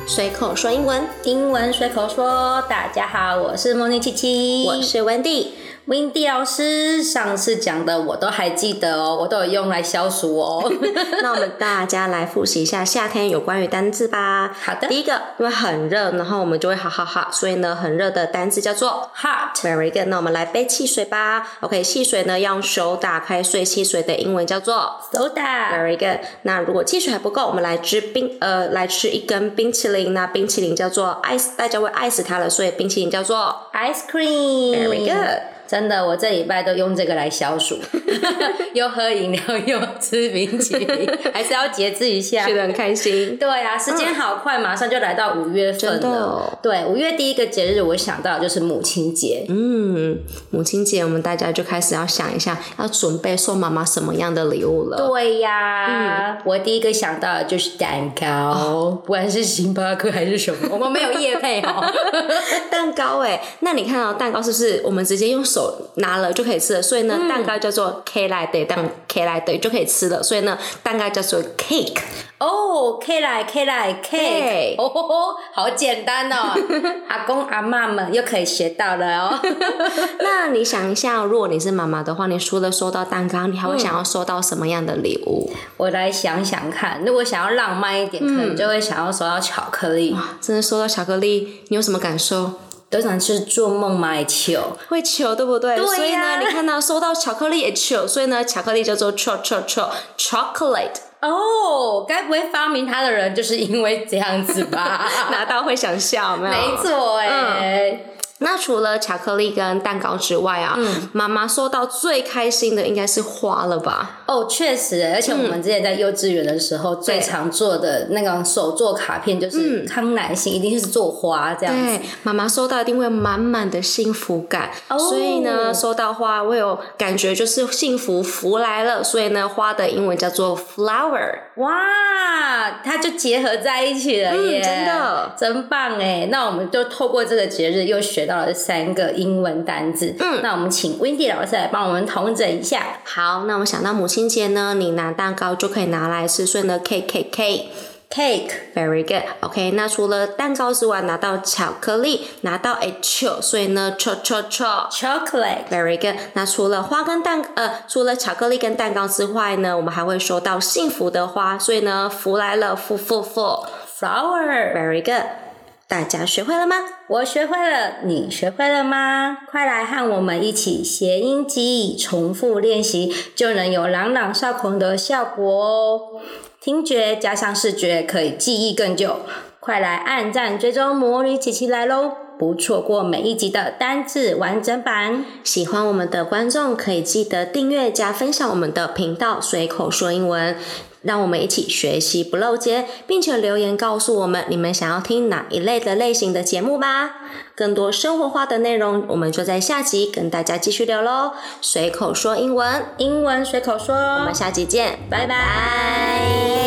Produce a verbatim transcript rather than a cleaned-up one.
随口说英文， 英文随口说。大家好，我是莫妮七七， 我是 Wendy。Wendy 老师上次讲的我都还记得哦，我都有用来消暑哦。 那我们大家来复习一下夏天有关于单字吧。 好的。 第一个，因为很热，然后我们就会哈哈哈，所以呢，很热的单字叫做 hot。Very good。那我们来杯汽水吧。OK， 汽水呢要用手打开，所以汽水的英文叫做 soda。Very good。那如果汽水还不够，我们来吃冰呃来吃一根冰淇淋。那冰淇淋叫做 ice， 大家会爱死它了，所以冰淇淋叫做 ice cream。Very good。 真的，我这礼拜都用这个来消暑，又喝饮料又吃冰淇淋，还是要节制一下， 觉得很开心。 对啊，时间好快，嗯、马上就来到五月份了。 真的哦、 对，五月第一个节日，我想到的就是母亲节。 嗯，母亲节，我们大家就开始要想一下，要准备送妈妈什么样的礼物了。 对呀、嗯，我第一个想到的就是蛋糕，哦、不管是星巴克还是什么，我们没有业配哦。 蛋糕哎，那你看到、哦、蛋糕是不是我们直接用手拿了就可以吃了？所以呢，嗯、蛋糕叫做 K 来的，蛋 K 来的就可以吃了。所以呢，蛋糕叫做 cake。 哦 ，K 来 K 来 cake， 哦吼吼，好简单哦！阿公阿嬷们又可以学到了哦。 那你想一下，如果你是妈妈的话，你除了收到蛋糕，你还会想要收到什么样的礼物？ 嗯、我来想想看，如果想要浪漫一点，嗯、可能就会想要收到巧克力。 哇，真的收到巧克力，你有什么感受？ 都想是做梦买球， 会球对不对？ 对呀、啊。 所以呢，你看到收到巧克力也球，所以呢，巧克力叫做 cho cho cho chocolate。 哦，该不会发明它的人就是因为这样子吧？ 拿到会想笑，没有？ 没错哎、欸。嗯， 那除了巧克力跟蛋糕之外啊，嗯、妈妈收到最开心的应该是花了吧？ 哦，确实，而且我们之前在幼稚园的时候，嗯、最常做的那种手做卡片就是康乃馨，嗯、一定是做花这样子。 对，妈妈收到一定会有满满的幸福感，哦、所以呢，收到花会有感觉就是幸福福来了，所以呢，花的英文叫做 flower。 哇，它就结合在一起了耶！ 嗯、真的， 真棒哎！那我们就透过这个节日又学到了三个英文单字。嗯，那我们请 Wendy 老师来帮我们统整一下。 好，那我们想到母亲节呢，你拿蛋糕就可以拿来吃，所以呢 ，cake cake cake cake very good。OK， 那除了蛋糕之外，拿到巧克力，拿到 a cho， 所以呢 cho cho cho chocolate very good。那除了花跟蛋呃，除了巧克力跟蛋糕之外呢，我们还会收到幸福的花，所以呢，福来了，福福福 flower very good。大家学会了吗？ 我学会了，你学会了吗？快来和我们一起谐音记忆，重复练习，就能有朗朗上口的效果哦。听觉加上视觉，可以记忆更久。快来按赞追踪魔女琪琪来咯，不错过每一集的单字完整版。 喜欢我们的观众可以记得订阅加分享我们的频道，随口说英文。让我们一起学习不漏接，并且留言告诉我们你们想要听哪一类的类型的节目吧。更多生活化的内容，我们就在下集跟大家继续聊咯。随口说英文， 英文随口说， 我们下集见， 拜拜。